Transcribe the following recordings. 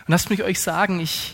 Und lasst mich euch sagen, ich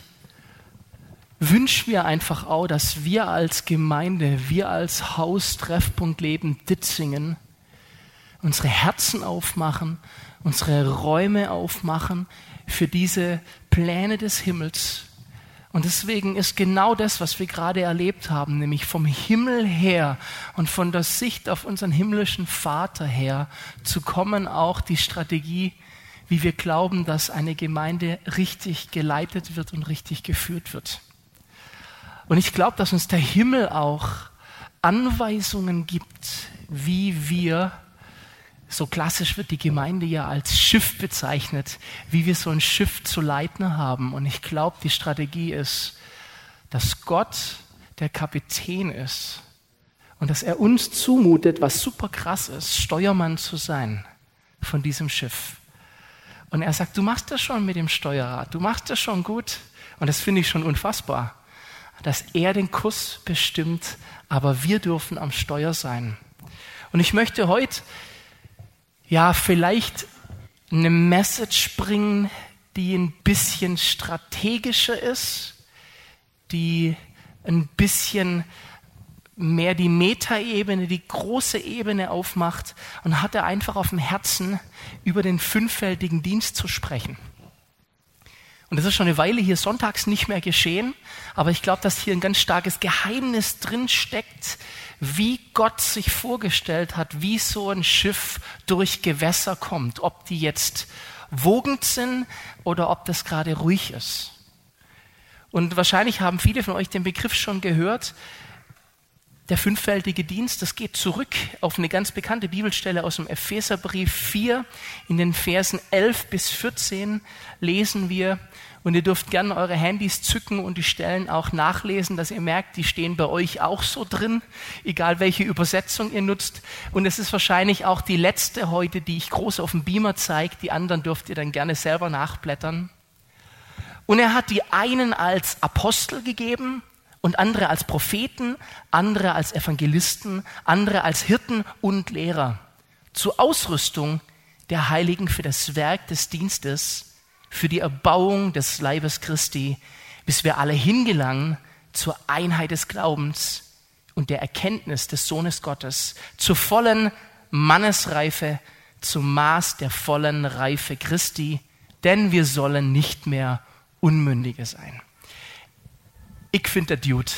wünsche mir einfach auch, dass wir als Gemeinde, wir als Haus Treffpunkt Leben Ditzingen unsere Herzen aufmachen, unsere Räume aufmachen für diese Pläne des Himmels. Und deswegen ist genau das, was wir gerade erlebt haben, nämlich vom Himmel her und von der Sicht auf unseren himmlischen Vater her zu kommen, auch die Strategie, wie wir glauben, dass eine Gemeinde richtig geleitet wird und richtig geführt wird. Und ich glaube, dass uns der Himmel auch Anweisungen gibt, wie wir, so klassisch wird die Gemeinde ja als Schiff bezeichnet, wie wir so ein Schiff zu leiten haben. Und ich glaube, die Strategie ist, dass Gott der Kapitän ist und dass er uns zumutet, was super krass ist, Steuermann zu sein von diesem Schiff. Und er sagt, du machst das schon mit dem Steuerrad, du machst das schon gut. Und das finde ich schon unfassbar, dass er den Kurs bestimmt, aber wir dürfen am Steuer sein. Und ich möchte heute vielleicht eine Message bringen, die ein bisschen strategischer ist, die ein bisschen mehr die Metaebene, die große Ebene aufmacht und hatte einfach auf dem Herzen, über den fünffältigen Dienst zu sprechen. Und das ist schon eine Weile hier sonntags nicht mehr geschehen, aber ich glaube, dass hier ein ganz starkes Geheimnis drin steckt, wie Gott sich vorgestellt hat, wie so ein Schiff durch Gewässer kommt, ob die jetzt wogend sind oder ob das gerade ruhig ist. Und wahrscheinlich haben viele von euch den Begriff schon gehört. Der fünffältige Dienst, das geht zurück auf eine ganz bekannte Bibelstelle aus dem Epheserbrief 4. In den Versen 11 bis 14 lesen wir, und ihr dürft gerne eure Handys zücken und die Stellen auch nachlesen, dass ihr merkt, die stehen bei euch auch so drin, egal welche Übersetzung ihr nutzt. Und es ist wahrscheinlich auch die letzte heute, die ich groß auf dem Beamer zeige. Die anderen dürft ihr dann gerne selber nachblättern. Und er hat die einen als Apostel gegeben und andere als Propheten, andere als Evangelisten, andere als Hirten und Lehrer zur Ausrüstung der Heiligen für das Werk des Dienstes, für die Erbauung des Leibes Christi, bis wir alle hingelangen zur Einheit des Glaubens und der Erkenntnis des Sohnes Gottes, zur vollen Mannesreife, zum Maß der vollen Reife Christi, denn wir sollen nicht mehr Unmündige sein. Ich finde der Dude.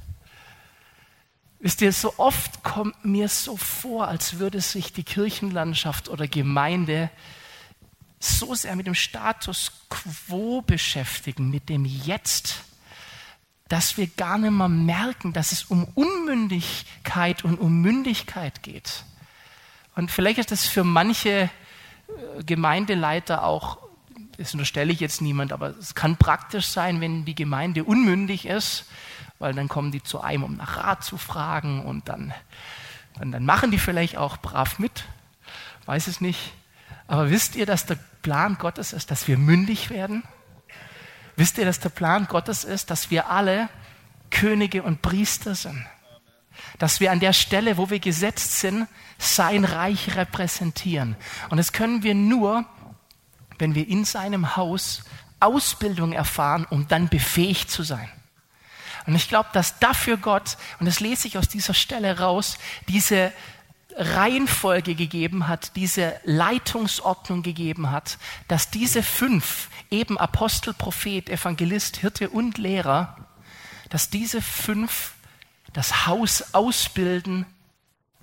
Wisst ihr, so oft kommt mir so vor, als würde sich die Kirchenlandschaft oder Gemeinde so sehr mit dem Status quo beschäftigen, mit dem Jetzt, dass wir gar nicht mehr merken, dass es um Unmündigkeit und um Mündigkeit geht. Und vielleicht ist das für manche Gemeindeleiter auch, das unterstelle ich jetzt niemand, aber es kann praktisch sein, wenn die Gemeinde unmündig ist, weil dann kommen die zu einem, um nach Rat zu fragen und dann machen die vielleicht auch brav mit, weiß es nicht. Aber wisst ihr, dass der Plan Gottes ist, dass wir mündig werden? Wisst ihr, dass der Plan Gottes ist, dass wir alle Könige und Priester sind? Dass wir an der Stelle, wo wir gesetzt sind, sein Reich repräsentieren. Und das können wir nur, wenn wir in seinem Haus Ausbildung erfahren, um dann befähigt zu sein. Und ich glaube, dass dafür Gott, und das lese ich aus dieser Stelle raus, diese Reihenfolge gegeben hat, diese Leitungsordnung gegeben hat, dass diese 5, eben Apostel, Prophet, Evangelist, Hirte und Lehrer, dass diese 5 das Haus ausbilden, damit, ...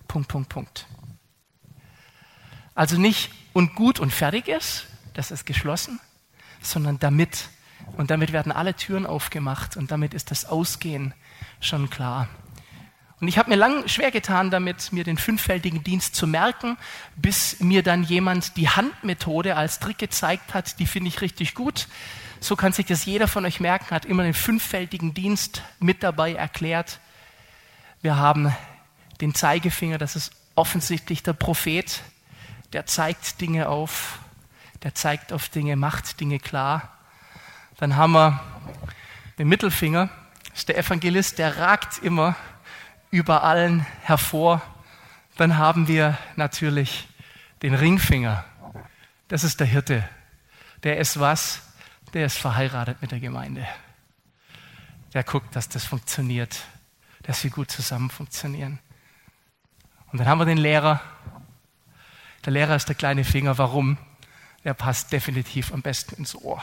Also nicht und gut und fertig ist, das ist geschlossen, sondern damit. Und damit werden alle Türen aufgemacht und damit ist das Ausgehen schon klar. Und ich habe mir lang schwer getan, damit mir den fünffältigen Dienst zu merken, bis mir dann jemand die Handmethode als Trick gezeigt hat, die finde ich richtig gut. So kann sich das jeder von euch merken, hat immer den fünffältigen Dienst mit dabei erklärt. Wir haben den Zeigefinger, das ist offensichtlich der Prophet, der zeigt Dinge auf, der zeigt auf Dinge, macht Dinge klar. Dann haben wir den Mittelfinger, das ist der Evangelist, der ragt immer über allen hervor. Dann haben wir natürlich den Ringfinger, das ist der Hirte. Der ist was? Der ist verheiratet mit der Gemeinde. Der guckt, dass das funktioniert, dass wir gut zusammen funktionieren. Und dann haben wir den Lehrer. Der Lehrer ist der kleine Finger. Warum? Der passt definitiv am besten ins Ohr.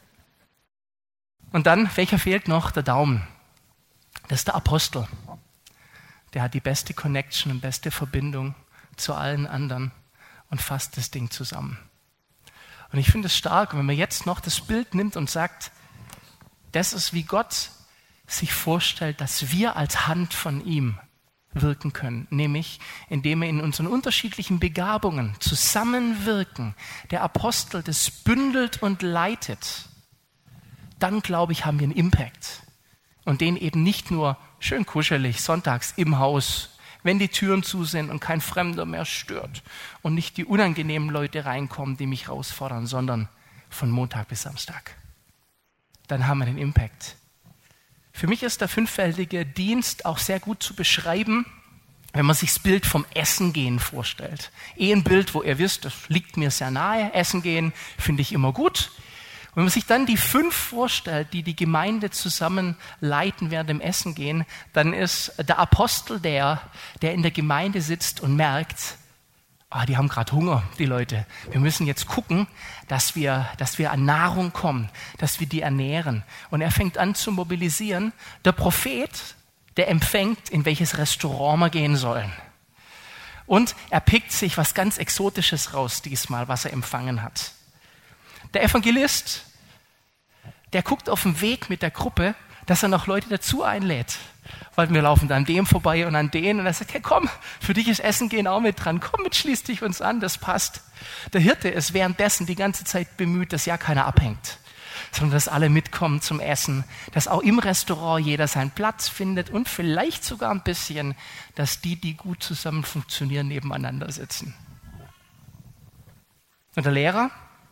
Und dann, welcher fehlt noch? Der Daumen. Das ist der Apostel. Der hat die beste Connection und beste Verbindung zu allen anderen und fasst das Ding zusammen. Und ich finde es stark, wenn man jetzt noch das Bild nimmt und sagt, das ist, wie Gott sich vorstellt, dass wir als Hand von ihm wirken können, nämlich indem wir in unseren unterschiedlichen Begabungen zusammenwirken, der Apostel das bündelt und leitet, dann glaube ich, haben wir einen Impact. Und den eben nicht nur schön kuschelig, sonntags im Haus, wenn die Türen zu sind und kein Fremder mehr stört und nicht die unangenehmen Leute reinkommen, die mich herausfordern, sondern von Montag bis Samstag. Dann haben wir den Impact. Für mich ist der fünffältige Dienst auch sehr gut zu beschreiben, wenn man sich das Bild vom Essen gehen vorstellt. Ein Bild, wo ihr wisst, das liegt mir sehr nahe. Essen gehen finde ich immer gut. Und wenn man sich dann die 5 vorstellt, die die Gemeinde zusammen leiten während dem Essen gehen, dann ist der Apostel der in der Gemeinde sitzt und merkt, die haben gerade Hunger, die Leute. Wir müssen jetzt gucken, dass wir an Nahrung kommen, dass wir die ernähren. Und er fängt an zu mobilisieren. Der Prophet, der empfängt, in welches Restaurant wir gehen sollen. Und er pickt sich was ganz Exotisches raus diesmal, was er empfangen hat. Der Evangelist, der guckt auf dem Weg mit der Gruppe, dass er noch Leute dazu einlädt. Weil wir laufen dann an dem vorbei und an den. Und er sagt, hey komm, für dich ist Essen gehen auch mit dran. Komm mit, schließ dich uns an, das passt. Der Hirte ist währenddessen die ganze Zeit bemüht, dass ja keiner abhängt, sondern dass alle mitkommen zum Essen, dass auch im Restaurant jeder seinen Platz findet und vielleicht sogar ein bisschen, dass die gut zusammen funktionieren, nebeneinander sitzen. Und der Lehrer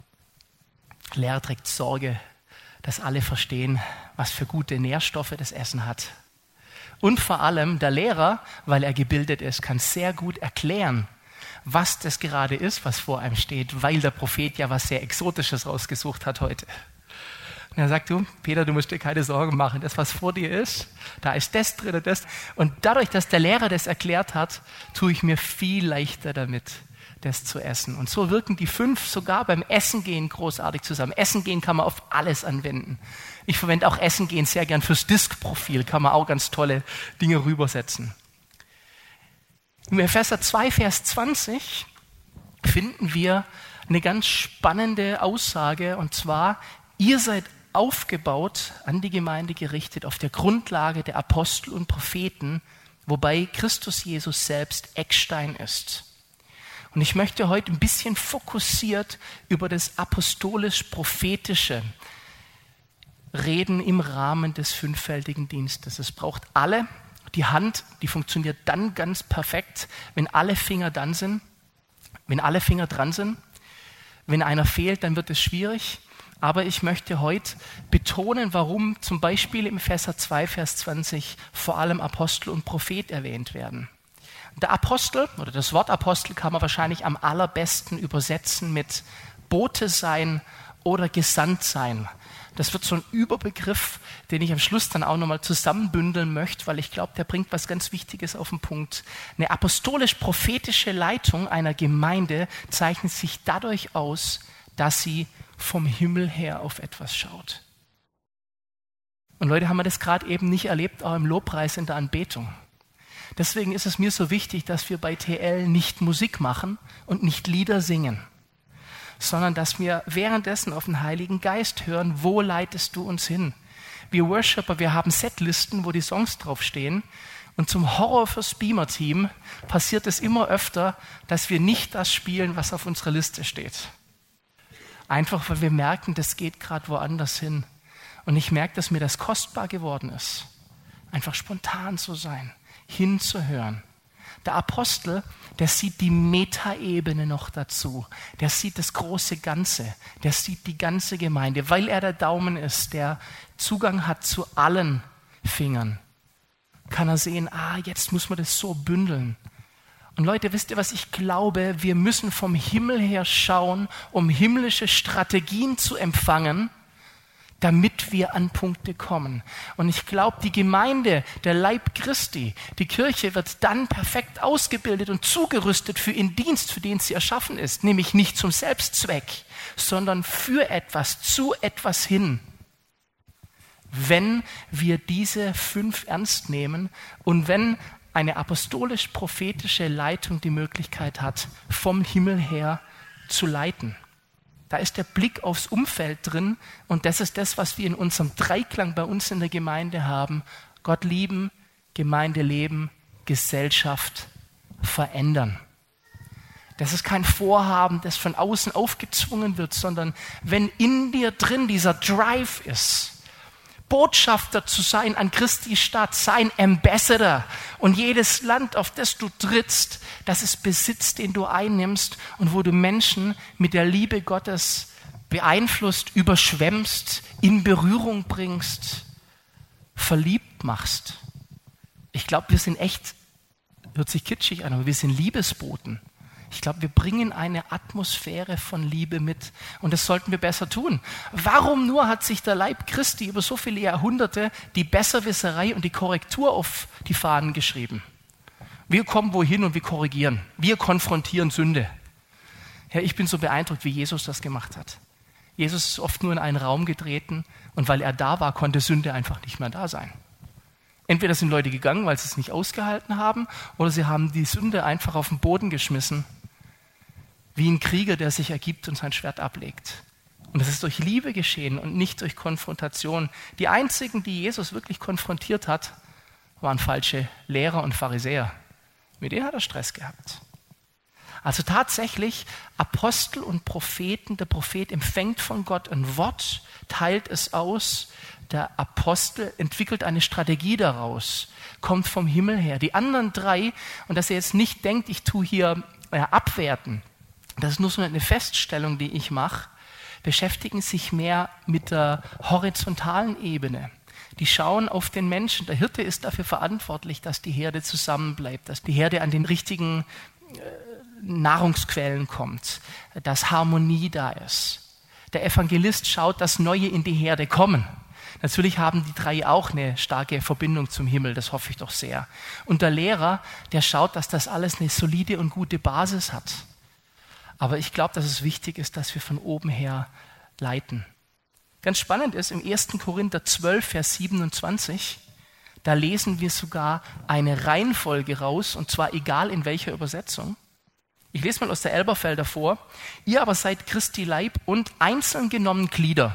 trägt Sorge, dass alle verstehen, was für gute Nährstoffe das Essen hat. Und vor allem der Lehrer, weil er gebildet ist, kann sehr gut erklären, was das gerade ist, was vor einem steht, weil der Prophet ja was sehr Exotisches rausgesucht hat heute. Und er sagt, du, Peter, du musst dir keine Sorgen machen, das, was vor dir ist, da ist das drin und das. Und dadurch, dass der Lehrer das erklärt hat, tue ich mir viel leichter damit, das zu essen. Und so wirken die 5 sogar beim Essen gehen großartig zusammen. Essen gehen kann man auf alles anwenden. Ich verwende auch Essen gehen sehr gern fürs Disk-Profil, kann man auch ganz tolle Dinge rübersetzen. Im Epheser 2, Vers 20 finden wir eine ganz spannende Aussage, und zwar, ihr seid aufgebaut, an die Gemeinde gerichtet, auf der Grundlage der Apostel und Propheten, wobei Christus Jesus selbst Eckstein ist. Und ich möchte heute ein bisschen fokussiert über das apostolisch-prophetische reden im Rahmen des fünffältigen Dienstes. Es braucht alle. Die Hand, die funktioniert dann ganz perfekt, wenn alle Finger dran sind. Wenn einer fehlt, dann wird es schwierig. Aber ich möchte heute betonen, warum zum Beispiel im Epheser 2, Vers 20 vor allem Apostel und Prophet erwähnt werden. Der Apostel oder das Wort Apostel kann man wahrscheinlich am allerbesten übersetzen mit Bote sein oder gesandt sein. Das wird so ein Überbegriff, den ich am Schluss dann auch nochmal zusammenbündeln möchte, weil ich glaube, der bringt was ganz Wichtiges auf den Punkt. Eine apostolisch-prophetische Leitung einer Gemeinde zeichnet sich dadurch aus, dass sie vom Himmel her auf etwas schaut. Und Leute, haben wir das gerade eben nicht erlebt, auch im Lobpreis in der Anbetung. Deswegen ist es mir so wichtig, dass wir bei TL nicht Musik machen und nicht Lieder singen, sondern dass wir währenddessen auf den Heiligen Geist hören, wo leitest du uns hin? Wir Worshipper, wir haben Setlisten, wo die Songs draufstehen, und zum Horror fürs Beamer-Team passiert es immer öfter, dass wir nicht das spielen, was auf unserer Liste steht. Einfach, weil wir merken, das geht gerade woanders hin. Und ich merke, dass mir das kostbar geworden ist, einfach spontan zu sein, hinzuhören. Der Apostel, der sieht die Metaebene noch dazu. Der sieht das große Ganze. Der sieht die ganze Gemeinde, weil er der Daumen ist, der Zugang hat zu allen Fingern. Kann er sehen, jetzt muss man das so bündeln. Und Leute, wisst ihr, was ich glaube? Wir müssen vom Himmel her schauen, um himmlische Strategien zu empfangen, damit wir an Punkte kommen. Und ich glaube, die Gemeinde, der Leib Christi, die Kirche wird dann perfekt ausgebildet und zugerüstet für den Dienst, für den sie erschaffen ist. Nämlich nicht zum Selbstzweck, sondern für etwas, zu etwas hin. Wenn wir diese 5 ernst nehmen und wenn eine apostolisch-prophetische Leitung die Möglichkeit hat, vom Himmel her zu leiten. Da ist der Blick aufs Umfeld drin und das ist das, was wir in unserem Dreiklang bei uns in der Gemeinde haben. Gott lieben, Gemeinde leben, Gesellschaft verändern. Das ist kein Vorhaben, das von außen aufgezwungen wird, sondern wenn in dir drin dieser Drive ist, Botschafter zu sein an Christi Stadt, sein Ambassador und jedes Land, auf das du trittst, das ist Besitz, den du einnimmst und wo du Menschen mit der Liebe Gottes beeinflusst, überschwemmst, in Berührung bringst, verliebt machst. Ich glaube, wir sind echt, hört sich kitschig an, aber wir sind Liebesboten. Ich glaube, wir bringen eine Atmosphäre von Liebe mit und das sollten wir besser tun. Warum nur hat sich der Leib Christi über so viele Jahrhunderte die Besserwisserei und die Korrektur auf die Fahnen geschrieben? Wir kommen wohin und wir korrigieren. Wir konfrontieren Sünde. Ja, ich bin so beeindruckt, wie Jesus das gemacht hat. Jesus ist oft nur in einen Raum getreten und weil er da war, konnte Sünde einfach nicht mehr da sein. Entweder sind Leute gegangen, weil sie es nicht ausgehalten haben, oder sie haben die Sünde einfach auf den Boden geschmissen. Wie ein Krieger, der sich ergibt und sein Schwert ablegt. Und das ist durch Liebe geschehen und nicht durch Konfrontation. Die einzigen, die Jesus wirklich konfrontiert hat, waren falsche Lehrer und Pharisäer. Mit denen hat er Stress gehabt. Also tatsächlich Apostel und Propheten, der Prophet empfängt von Gott ein Wort, teilt es aus, der Apostel entwickelt eine Strategie daraus, kommt vom Himmel her. Die anderen 3, und dass ihr jetzt nicht denkt, ich tue hier abwerten, das ist nur so eine Feststellung, die ich mache, beschäftigen sich mehr mit der horizontalen Ebene. Die schauen auf den Menschen. Der Hirte ist dafür verantwortlich, dass die Herde zusammenbleibt, dass die Herde an den richtigen Nahrungsquellen kommt, dass Harmonie da ist. Der Evangelist schaut, dass Neue in die Herde kommen. Natürlich haben die 3 auch eine starke Verbindung zum Himmel, das hoffe ich doch sehr. Und der Lehrer, der schaut, dass das alles eine solide und gute Basis hat. Aber ich glaube, dass es wichtig ist, dass wir von oben her leiten. Ganz spannend ist, im 1. Korinther 12, Vers 27, da lesen wir sogar eine Reihenfolge raus, und zwar egal in welcher Übersetzung. Ich lese mal aus der Elberfelder vor. Ihr aber seid Christi Leib und einzeln genommen Glieder.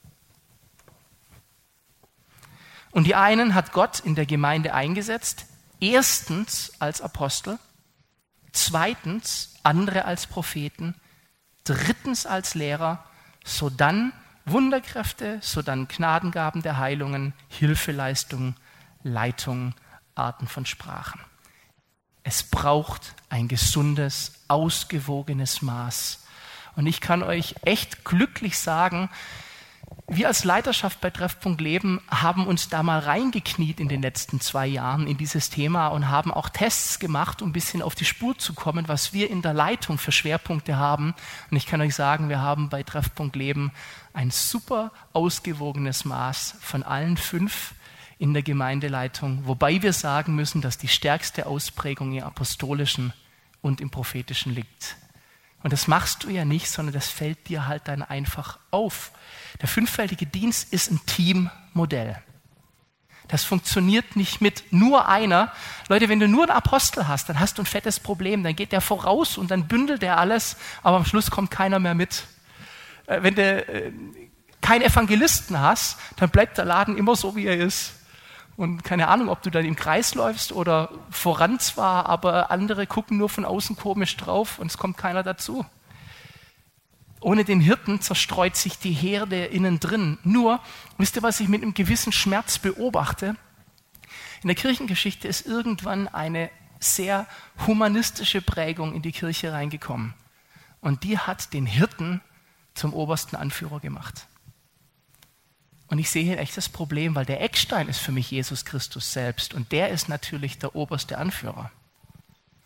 Und die einen hat Gott in der Gemeinde eingesetzt, erstens als Apostel, zweitens andere als Propheten, drittens als Lehrer, sodann Wunderkräfte, sodann Gnadengaben der Heilungen, Hilfeleistungen, Leitungen, Arten von Sprachen. Es braucht ein gesundes, ausgewogenes Maß. Und ich kann euch echt glücklich sagen, wir als Leiterschaft bei Treffpunkt Leben haben uns da mal reingekniet in den letzten 2 Jahren in dieses Thema und haben auch Tests gemacht, um ein bisschen auf die Spur zu kommen, was wir in der Leitung für Schwerpunkte haben. Und ich kann euch sagen, wir haben bei Treffpunkt Leben ein super ausgewogenes Maß von allen 5 in der Gemeindeleitung, wobei wir sagen müssen, dass die stärkste Ausprägung im Apostolischen und im Prophetischen liegt. Und das machst du ja nicht, sondern das fällt dir halt dann einfach auf. Der 5-fältige Dienst ist ein Teammodell. Das funktioniert nicht mit nur einer. Leute, wenn du nur einen Apostel hast, dann hast du ein fettes Problem. Dann geht der voraus und dann bündelt er alles, aber am Schluss kommt keiner mehr mit. Wenn du keinen Evangelisten hast, dann bleibt der Laden immer so, wie er ist. Und keine Ahnung, ob du dann im Kreis läufst oder voran zwar, aber andere gucken nur von außen komisch drauf und es kommt keiner dazu. Ohne den Hirten zerstreut sich die Herde innen drin. Nur, wisst ihr, was ich mit einem gewissen Schmerz beobachte? In der Kirchengeschichte ist irgendwann eine sehr humanistische Prägung in die Kirche reingekommen. Und die hat den Hirten zum obersten Anführer gemacht. Und ich sehe hier echt das Problem, weil der Eckstein ist für mich Jesus Christus selbst und der ist natürlich der oberste Anführer.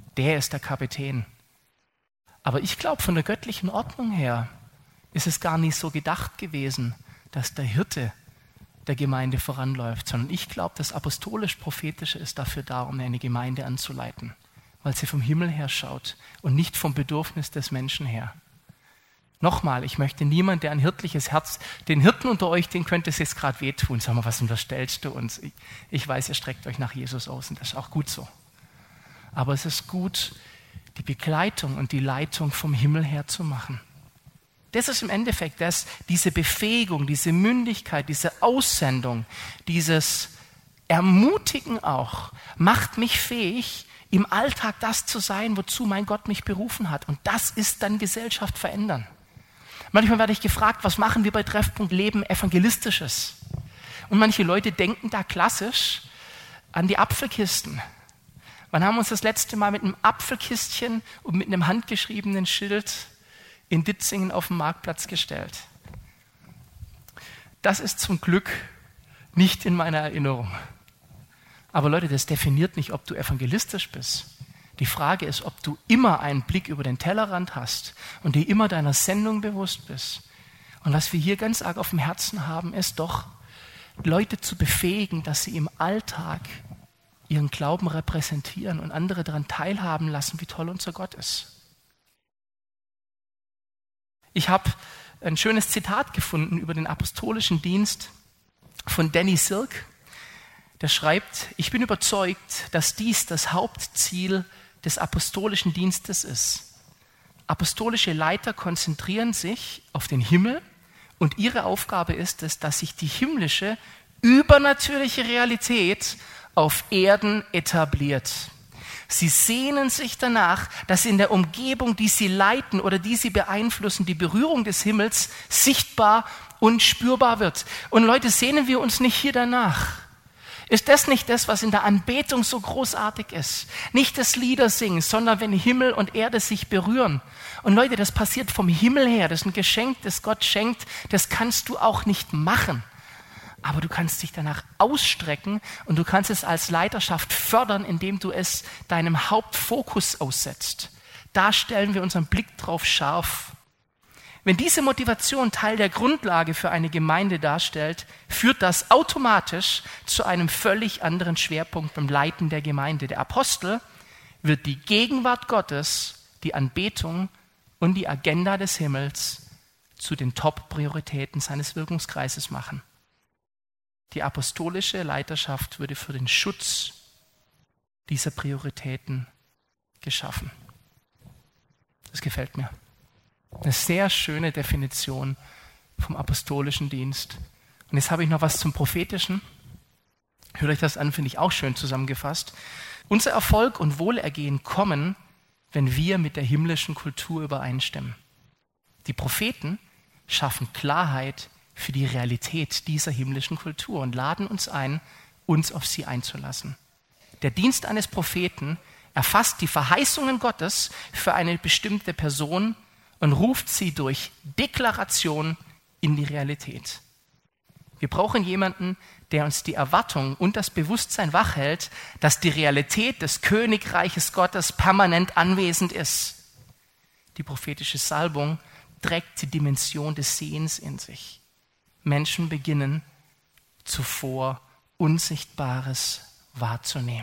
Der ist der Kapitän. Aber ich glaube, von der göttlichen Ordnung her ist es gar nicht so gedacht gewesen, dass der Hirte der Gemeinde voranläuft, sondern ich glaube, das apostolisch-prophetische ist dafür da, um eine Gemeinde anzuleiten, weil sie vom Himmel her schaut und nicht vom Bedürfnis des Menschen her. Nochmal, ich möchte niemand, der ein hirtliches Herz, den Hirten unter euch, den könnte es jetzt gerade wehtun. Sag mal, was unterstellst du uns? Ich weiß, ihr streckt euch nach Jesus aus und das ist auch gut so. Aber es ist gut, die Begleitung und die Leitung vom Himmel her zu machen. Das ist im Endeffekt diese Befähigung, diese Mündigkeit, diese Aussendung, dieses Ermutigen auch, macht mich fähig, im Alltag das zu sein, wozu mein Gott mich berufen hat. Und das ist dann Gesellschaft verändern. Manchmal werde ich gefragt, was machen wir bei Treffpunkt Leben Evangelistisches? Und manche Leute denken da klassisch an die Apfelkisten. Wann haben wir uns das letzte Mal mit einem Apfelkistchen und mit einem handgeschriebenen Schild in Ditzingen auf den Marktplatz gestellt? Das ist zum Glück nicht in meiner Erinnerung. Aber Leute, das definiert nicht, ob du evangelistisch bist. Die Frage ist, ob du immer einen Blick über den Tellerrand hast und dir immer deiner Sendung bewusst bist. Und was wir hier ganz arg auf dem Herzen haben, ist doch, Leute zu befähigen, dass sie im Alltag ihren Glauben repräsentieren und andere daran teilhaben lassen, wie toll unser Gott ist. Ich habe ein schönes Zitat gefunden über den apostolischen Dienst von Danny Silk. Der schreibt: Ich bin überzeugt, dass dies das Hauptziel des apostolischen Dienstes ist. Apostolische Leiter konzentrieren sich auf den Himmel und ihre Aufgabe ist es, dass sich die himmlische, übernatürliche Realität auf Erden etabliert. Sie sehnen sich danach, dass in der Umgebung, die sie leiten oder die sie beeinflussen, die Berührung des Himmels sichtbar und spürbar wird. Und Leute, sehnen wir uns nicht hier danach? Ist das nicht das, was in der Anbetung so großartig ist? Nicht das Liedersingen, sondern wenn Himmel und Erde sich berühren. Und Leute, das passiert vom Himmel her. Das ist ein Geschenk, das Gott schenkt. Das kannst du auch nicht machen. Aber du kannst dich danach ausstrecken und du kannst es als Leiterschaft fördern, indem du es deinem Hauptfokus aussetzt. Da stellen wir unseren Blick drauf scharf. Wenn diese Motivation Teil der Grundlage für eine Gemeinde darstellt, führt das automatisch zu einem völlig anderen Schwerpunkt beim Leiten der Gemeinde. Der Apostel wird die Gegenwart Gottes, die Anbetung und die Agenda des Himmels zu den Top-Prioritäten seines Wirkungskreises machen. Die apostolische Leiterschaft würde für den Schutz dieser Prioritäten geschaffen. Das gefällt mir. Eine sehr schöne Definition vom apostolischen Dienst. Und jetzt habe ich noch was zum Prophetischen. Hört euch das an, finde ich auch schön zusammengefasst. Unser Erfolg und Wohlergehen kommen, wenn wir mit der himmlischen Kultur übereinstimmen. Die Propheten schaffen Klarheit für die Realität dieser himmlischen Kultur und laden uns ein, uns auf sie einzulassen. Der Dienst eines Propheten erfasst die Verheißungen Gottes für eine bestimmte Person und ruft sie durch Deklaration in die Realität. Wir brauchen jemanden, der uns die Erwartung und das Bewusstsein wachhält, dass die Realität des Königreiches Gottes permanent anwesend ist. Die prophetische Salbung trägt die Dimension des Sehens in sich. Menschen beginnen, zuvor Unsichtbares wahrzunehmen.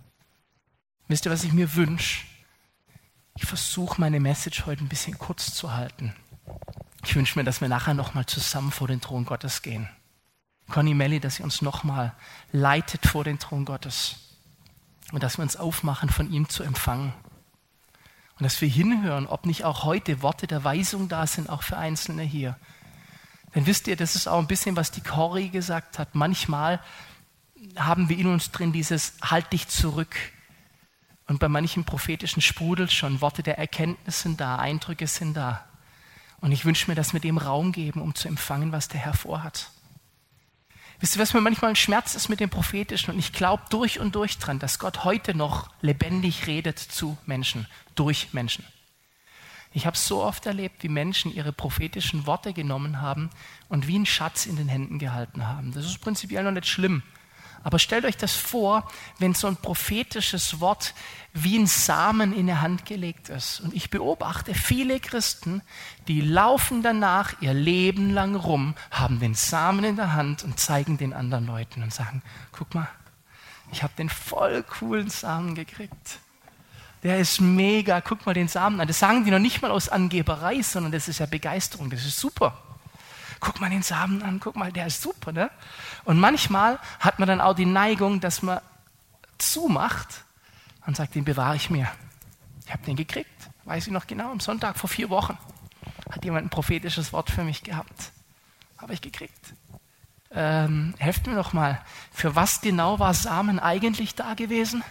Wisst ihr, was ich mir wünsche? Ich versuche, meine Message heute ein bisschen kurz zu halten. Ich wünsche mir, dass wir nachher nochmal zusammen vor den Thron Gottes gehen. Conny Melli, dass sie uns nochmal leitet vor den Thron Gottes. Und dass wir uns aufmachen, von ihm zu empfangen. Und dass wir hinhören, ob nicht auch heute Worte der Weisung da sind, auch für Einzelne hier. Denn wisst ihr, das ist auch ein bisschen, was die Cori gesagt hat. Manchmal haben wir in uns drin dieses Halt dich zurück. Und bei manchen prophetischen sprudelt schon, Worte der Erkenntnis sind da, Eindrücke sind da. Und ich wünsche mir, dass wir dem Raum geben, um zu empfangen, was der Herr vorhat. Wisst ihr, was mir manchmal ein Schmerz ist mit dem Prophetischen? Und ich glaube durch und durch dran, dass Gott heute noch lebendig redet zu Menschen, durch Menschen. Ich habe so oft erlebt, wie Menschen ihre prophetischen Worte genommen haben und wie einen Schatz in den Händen gehalten haben. Das ist prinzipiell noch nicht schlimm. Aber stellt euch das vor, wenn so ein prophetisches Wort wie ein Samen in der Hand gelegt ist. Und ich beobachte viele Christen, die laufen danach ihr Leben lang rum, haben den Samen in der Hand und zeigen den anderen Leuten und sagen, guck mal, ich habe den voll coolen Samen gekriegt. Der ist mega, guck mal den Samen an. Das sagen die noch nicht mal aus Angeberei, sondern das ist ja Begeisterung, das ist super. Guck mal den Samen an, guck mal, der ist super, ne? Und manchmal hat man dann auch die Neigung, dass man zumacht und sagt, den bewahre ich mir. Ich habe den gekriegt, weiß ich noch genau, am Sonntag vor 4 Wochen hat jemand ein prophetisches Wort für mich gehabt. Habe ich gekriegt. Helft mir doch mal, für was genau war Samen eigentlich da gewesen?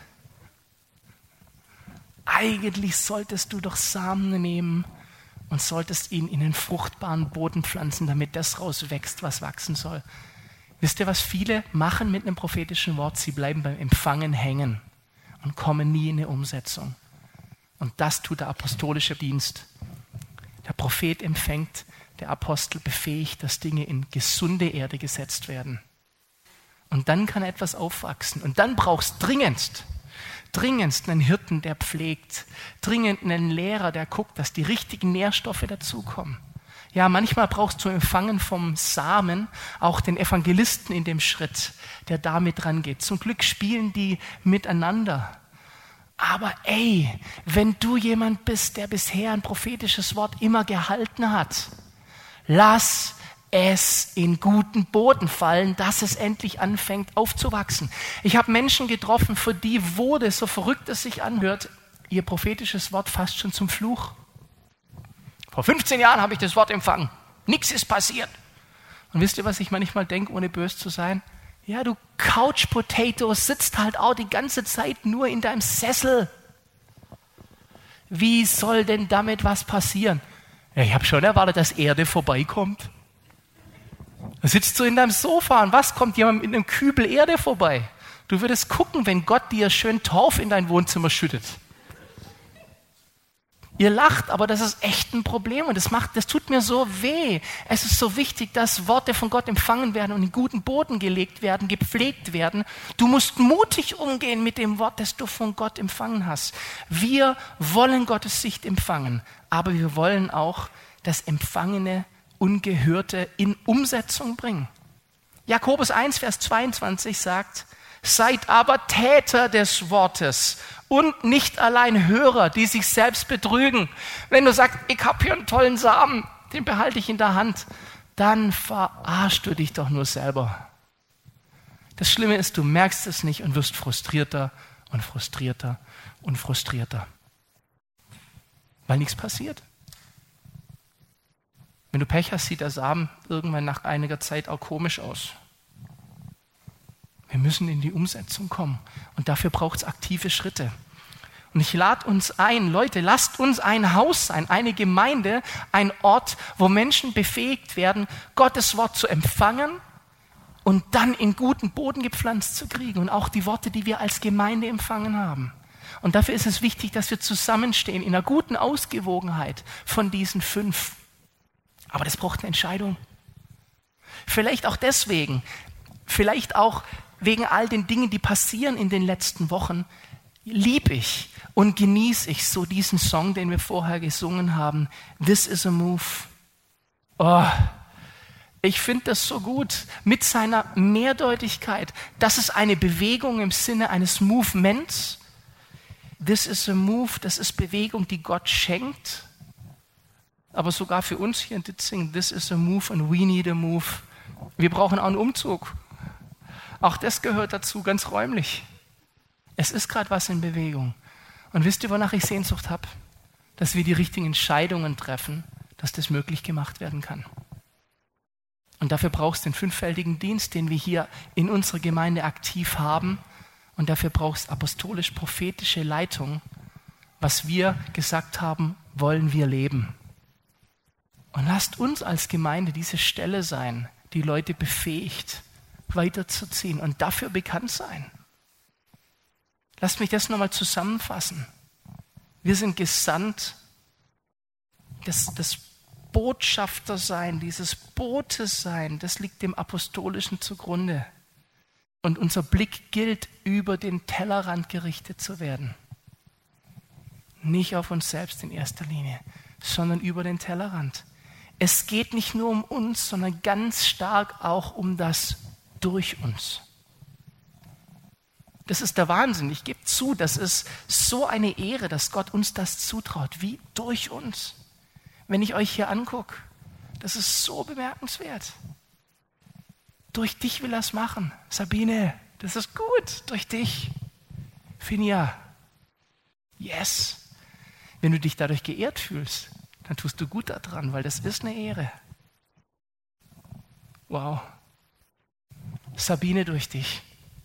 Eigentlich solltest du doch Samen nehmen und solltest ihn in den fruchtbaren Boden pflanzen, damit das rauswächst, was wachsen soll. Wisst ihr, was viele machen mit einem prophetischen Wort? Sie bleiben beim Empfangen hängen und kommen nie in eine Umsetzung. Und das tut der apostolische Dienst. Der Prophet empfängt, der Apostel befähigt, dass Dinge in gesunde Erde gesetzt werden. Und dann kann etwas aufwachsen. Und dann brauchst du dringendst einen Hirten, der pflegt, dringend einen Lehrer, der guckt, dass die richtigen Nährstoffe dazukommen. Ja, manchmal brauchst du zum Empfangen vom Samen auch den Evangelisten in dem Schritt, der da mit dran geht. Zum Glück spielen die miteinander. Aber wenn du jemand bist, der bisher ein prophetisches Wort immer gehalten hat, lass es in guten Boden fallen, dass es endlich anfängt aufzuwachsen. Ich habe Menschen getroffen, für die wurde, so verrückt es sich anhört, ihr prophetisches Wort fast schon zum Fluch. Vor 15 Jahren habe ich das Wort empfangen. Nichts ist passiert. Und wisst ihr, was ich manchmal denke, ohne böse zu sein? Ja, du Couch Potato sitzt halt auch die ganze Zeit nur in deinem Sessel. Wie soll denn damit was passieren? Ja, ich habe schon erwartet, dass Erde vorbeikommt. Da sitzt du in deinem Sofa und was, kommt jemand mit einem Kübel Erde vorbei? Du würdest gucken, wenn Gott dir schön Torf in dein Wohnzimmer schüttet. Ihr lacht, aber das ist echt ein Problem und das tut mir so weh. Es ist so wichtig, dass Worte von Gott empfangen werden und in guten Boden gelegt werden, gepflegt werden. Du musst mutig umgehen mit dem Wort, das du von Gott empfangen hast. Wir wollen Gottes Sicht empfangen, aber wir wollen auch das Empfangene, Ungehörte in Umsetzung bringen. Jakobus 1, Vers 22 sagt, seid aber Täter des Wortes und nicht allein Hörer, die sich selbst betrügen. Wenn du sagst, ich habe hier einen tollen Samen, den behalte ich in der Hand, dann verarschst du dich doch nur selber. Das Schlimme ist, du merkst es nicht und wirst frustrierter und frustrierter und frustrierter, weil nichts passiert. Wenn du Pech hast, sieht der Samen irgendwann nach einiger Zeit auch komisch aus. Wir müssen in die Umsetzung kommen und dafür braucht es aktive Schritte. Und ich lade uns ein, Leute, lasst uns ein Haus sein, eine Gemeinde, ein Ort, wo Menschen befähigt werden, Gottes Wort zu empfangen und dann in guten Boden gepflanzt zu kriegen und auch die Worte, die wir als Gemeinde empfangen haben. Und dafür ist es wichtig, dass wir zusammenstehen in einer guten Ausgewogenheit von diesen 5. Aber das braucht eine Entscheidung. Vielleicht auch deswegen, vielleicht auch wegen all den Dingen, die passieren in den letzten Wochen, liebe ich und genieße ich so diesen Song, den wir vorher gesungen haben. This is a move. Oh, ich finde das so gut mit seiner Mehrdeutigkeit. Das ist eine Bewegung im Sinne eines Movements. This is a move, das ist Bewegung, die Gott schenkt. Aber sogar für uns hier in Ditzingen, this is a move and we need a move. Wir brauchen auch einen Umzug. Auch das gehört dazu, ganz räumlich. Es ist gerade was in Bewegung. Und wisst ihr, wonach ich Sehnsucht habe? Dass wir die richtigen Entscheidungen treffen, dass das möglich gemacht werden kann. Und dafür brauchst du den 5-fältigen Dienst, den wir hier in unserer Gemeinde aktiv haben. Und dafür brauchst du apostolisch-prophetische Leitung. Was wir gesagt haben, wollen wir leben. Und lasst uns als Gemeinde diese Stelle sein, die Leute befähigt, weiterzuziehen und dafür bekannt sein. Lasst mich das nochmal zusammenfassen. Wir sind gesandt, das Botschafter sein, dieses Bote sein, das liegt dem Apostolischen zugrunde. Und unser Blick gilt, über den Tellerrand gerichtet zu werden. Nicht auf uns selbst in erster Linie, sondern über den Tellerrand. Es geht nicht nur um uns, sondern ganz stark auch um das durch uns. Das ist der Wahnsinn. Ich gebe zu, das ist so eine Ehre, dass Gott uns das zutraut, wie durch uns. Wenn ich euch hier angucke, das ist so bemerkenswert. Durch dich will er es machen. Sabine, das ist gut, durch dich. Finja, yes. Wenn du dich dadurch geehrt fühlst, dann tust du gut daran, weil das ist eine Ehre. Wow. Sabine, durch dich.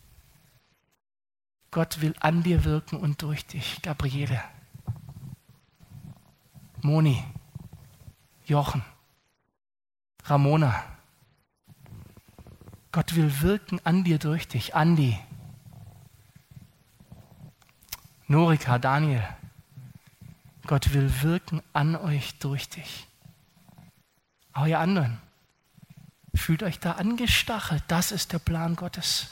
Gott will an dir wirken und durch dich. Gabriele, Moni, Jochen, Ramona. Gott will wirken an dir durch dich. Andi, Norika, Daniel. Gott will wirken an euch durch dich. Auch ihr anderen, fühlt euch da angestachelt. Das ist der Plan Gottes.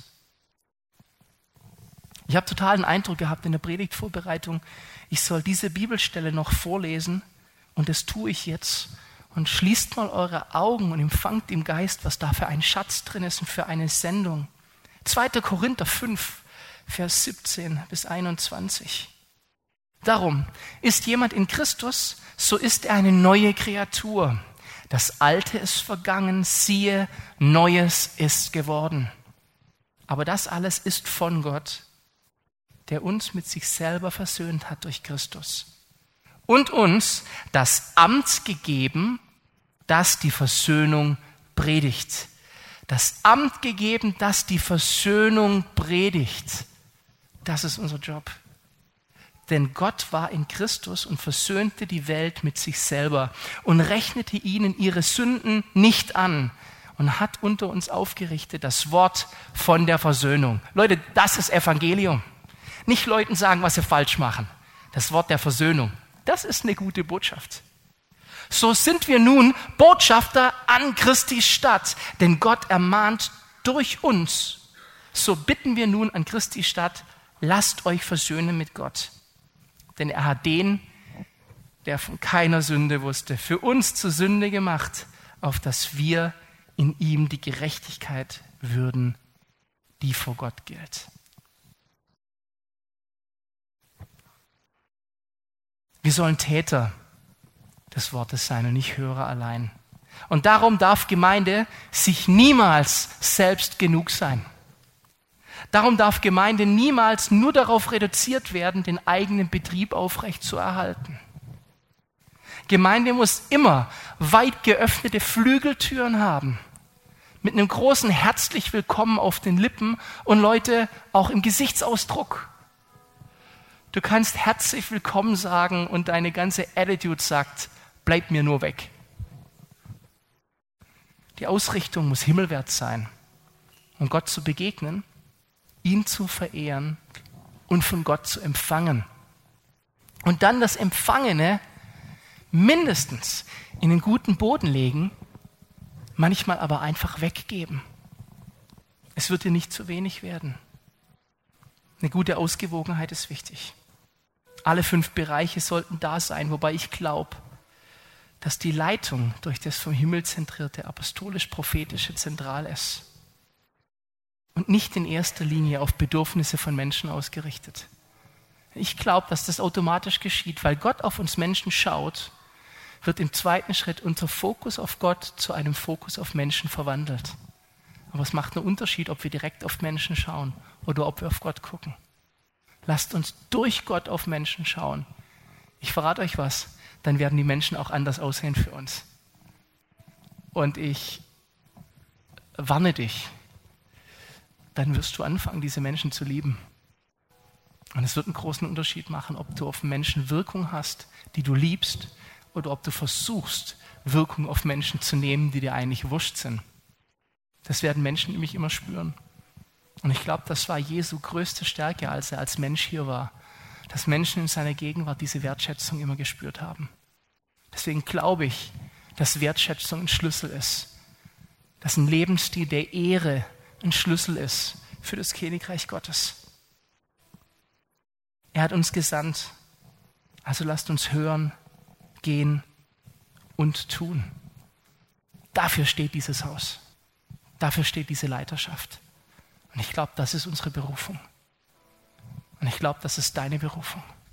Ich habe total den Eindruck gehabt in der Predigtvorbereitung, ich soll diese Bibelstelle noch vorlesen und das tue ich jetzt. Und schließt mal eure Augen und empfangt im Geist, was da für ein Schatz drin ist und für eine Sendung. 2. Korinther 5, Vers 17 bis 21. Darum, ist jemand in Christus, so ist er eine neue Kreatur. Das Alte ist vergangen, siehe, Neues ist geworden. Aber das alles ist von Gott, der uns mit sich selber versöhnt hat durch Christus. Und uns das Amt gegeben, das die Versöhnung predigt. Das Amt gegeben, das die Versöhnung predigt. Das ist unser Job. Denn Gott war in Christus und versöhnte die Welt mit sich selber und rechnete ihnen ihre Sünden nicht an und hat unter uns aufgerichtet das Wort von der Versöhnung. Leute, das ist Evangelium. Nicht Leuten sagen, was sie falsch machen. Das Wort der Versöhnung. Das ist eine gute Botschaft. So sind wir nun Botschafter an Christi Stadt, denn Gott ermahnt durch uns. So bitten wir nun an Christi Stadt, lasst euch versöhnen mit Gott. Denn er hat den, der von keiner Sünde wusste, für uns zur Sünde gemacht, auf dass wir in ihm die Gerechtigkeit würden, die vor Gott gilt. Wir sollen Täter des Wortes sein und nicht Hörer allein. Und darum darf Gemeinde sich niemals selbst genug sein. Darum darf Gemeinde niemals nur darauf reduziert werden, den eigenen Betrieb aufrechtzuerhalten. Gemeinde muss immer weit geöffnete Flügeltüren haben, mit einem großen herzlich willkommen auf den Lippen und Leute auch im Gesichtsausdruck. Du kannst herzlich willkommen sagen und deine ganze Attitude sagt, bleib mir nur weg. Die Ausrichtung muss himmelwärts sein, um Gott zu begegnen, ihn zu verehren und von Gott zu empfangen. Und dann das Empfangene mindestens in einen guten Boden legen, manchmal aber einfach weggeben. Es wird dir nicht zu wenig werden. Eine gute Ausgewogenheit ist wichtig. Alle 5 Bereiche sollten da sein, wobei ich glaube, dass die Leitung durch das vom Himmel zentrierte apostolisch-prophetische zentral ist und nicht in erster Linie auf Bedürfnisse von Menschen ausgerichtet. Ich glaube, dass das automatisch geschieht, weil Gott auf uns Menschen schaut, wird im zweiten Schritt unser Fokus auf Gott zu einem Fokus auf Menschen verwandelt. Aber es macht einen Unterschied, ob wir direkt auf Menschen schauen oder ob wir auf Gott gucken. Lasst uns durch Gott auf Menschen schauen. Ich verrate euch was, dann werden die Menschen auch anders aussehen für uns. Und ich warne dich, dann wirst du anfangen, diese Menschen zu lieben. Und es wird einen großen Unterschied machen, ob du auf Menschen Wirkung hast, die du liebst, oder ob du versuchst, Wirkung auf Menschen zu nehmen, die dir eigentlich wurscht sind. Das werden Menschen nämlich immer spüren. Und ich glaube, das war Jesu größte Stärke, als er als Mensch hier war, dass Menschen in seiner Gegenwart diese Wertschätzung immer gespürt haben. Deswegen glaube ich, dass Wertschätzung ein Schlüssel ist, dass ein Lebensstil der Ehre ein Schlüssel ist für das Königreich Gottes. Er hat uns gesandt. Also lasst uns hören, gehen und tun. Dafür steht dieses Haus. Dafür steht diese Leiterschaft. Und ich glaube, das ist unsere Berufung. Und ich glaube, das ist deine Berufung.